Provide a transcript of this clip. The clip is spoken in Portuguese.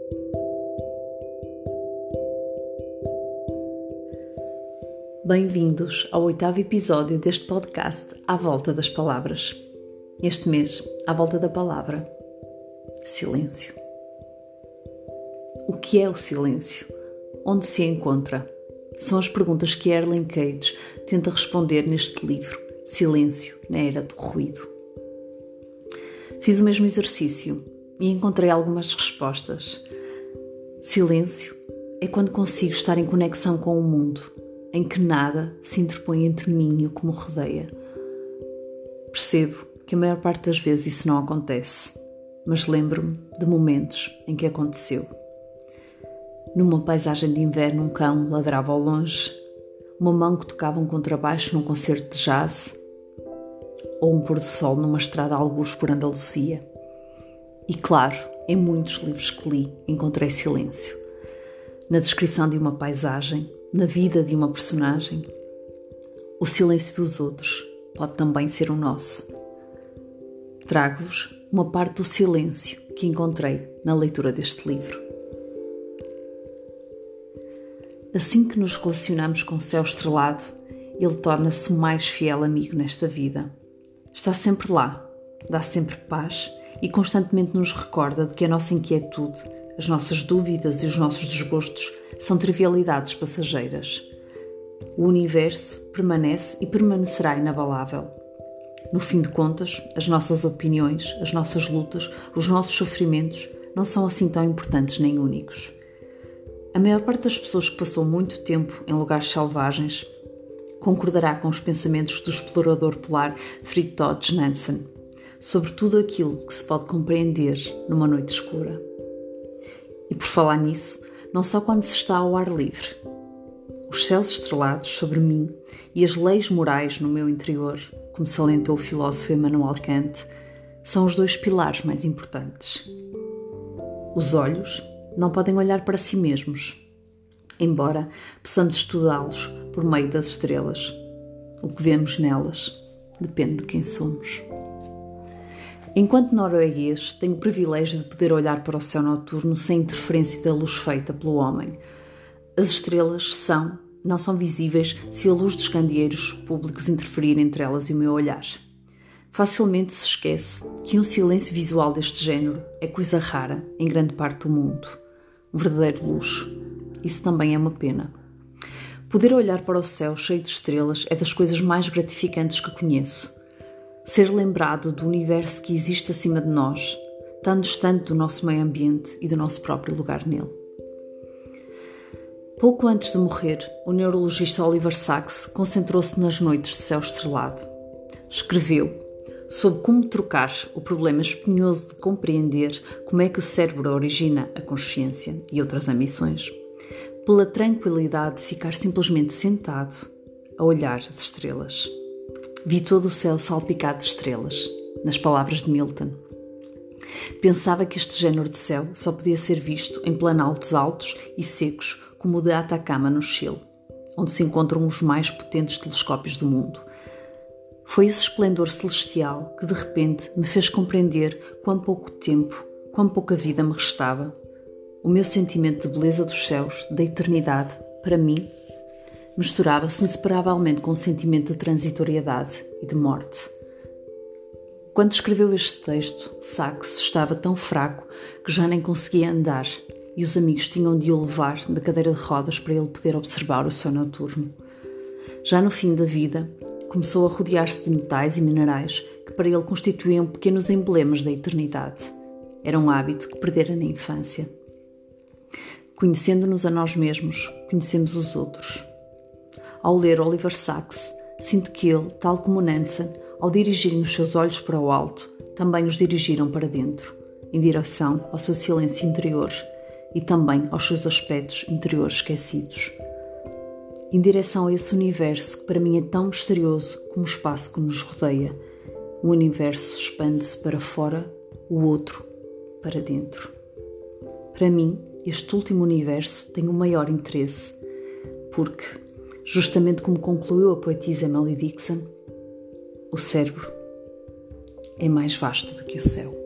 Bem-vindos ao 8º episódio deste podcast À Volta das Palavras. Este mês, à volta da palavra silêncio. O que é o silêncio? Onde se encontra? São as perguntas que Erling Cage tenta responder neste livro, Silêncio na Era do Ruído. Fiz o mesmo exercício e encontrei algumas respostas. Silêncio é quando consigo estar em conexão com o mundo, em que nada se interpõe entre mim e o que me rodeia. Percebo que a maior parte das vezes isso não acontece, mas lembro-me de momentos em que aconteceu. Numa paisagem de inverno, um cão ladrava ao longe, uma mão que tocava um contrabaixo num concerto de jazz, ou um pôr-do-sol numa estrada a algures por Andaluzia. E claro, em muitos livros que li, encontrei silêncio. Na descrição de uma paisagem, na vida de uma personagem. O silêncio dos outros pode também ser o nosso. Trago-vos uma parte do silêncio que encontrei na leitura deste livro. Assim que nos relacionamos com o céu estrelado, ele torna-se o mais fiel amigo nesta vida. Está sempre lá, dá sempre paz e constantemente nos recorda de que a nossa inquietude, as nossas dúvidas e os nossos desgostos são trivialidades passageiras. O universo permanece e permanecerá inabalável. No fim de contas, as nossas opiniões, as nossas lutas, os nossos sofrimentos não são assim tão importantes nem únicos. A maior parte das pessoas que passou muito tempo em lugares selvagens concordará com os pensamentos do explorador polar Fridtjof Nansen sobre tudo aquilo que se pode compreender numa noite escura. E por falar nisso, não só quando se está ao ar livre. Os céus estrelados sobre mim e as leis morais no meu interior, como salientou o filósofo Immanuel Kant, são os dois pilares mais importantes. Os olhos não podem olhar para si mesmos, embora possamos estudá-los por meio das estrelas. O que vemos nelas depende de quem somos. Enquanto norueguês, tenho o privilégio de poder olhar para o céu noturno sem interferência da luz feita pelo homem. As estrelas não são visíveis se a luz dos candeeiros públicos interferir entre elas e o meu olhar. Facilmente se esquece que um silêncio visual deste género é coisa rara em grande parte do mundo. Um verdadeiro luxo. Isso também é uma pena. Poder olhar para o céu cheio de estrelas é das coisas mais gratificantes que conheço. Ser lembrado do universo que existe acima de nós, tão distante do nosso meio ambiente e do nosso próprio lugar nele. Pouco antes de morrer, o neurologista Oliver Sacks concentrou-se nas noites de céu estrelado. Escreveu sobre como trocar o problema espinhoso de compreender como é que o cérebro origina a consciência e outras ambições, pela tranquilidade de ficar simplesmente sentado a olhar as estrelas. Vi todo o céu salpicado de estrelas, nas palavras de Milton. Pensava que este género de céu só podia ser visto em planaltos altos e secos, como o de Atacama, no Chile, onde se encontram os mais potentes telescópios do mundo. Foi esse esplendor celestial que, de repente, me fez compreender quão pouco tempo, quão pouca vida me restava. O meu sentimento de beleza dos céus, da eternidade, para mim, misturava-se inseparavelmente com o sentimento de transitoriedade e de morte. Quando escreveu este texto, Sacks estava tão fraco que já nem conseguia andar e os amigos tinham de o levar da cadeira de rodas para ele poder observar o céu noturno. Já no fim da vida, começou a rodear-se de metais e minerais que para ele constituíam pequenos emblemas da eternidade. Era um hábito que perdera na infância. Conhecendo-nos a nós mesmos, conhecemos os outros. Ao ler Oliver Sacks, sinto que ele, tal como Nansen, ao dirigirem os seus olhos para o alto, também os dirigiram para dentro, em direção ao seu silêncio interior e também aos seus aspectos interiores esquecidos. Em direção a esse universo que para mim é tão misterioso como o espaço que nos rodeia. O universo expande-se para fora, o outro para dentro. Para mim, este último universo tem o maior interesse, porque, justamente como concluiu a poetisa Emily Dickinson, o cérebro é mais vasto do que o céu.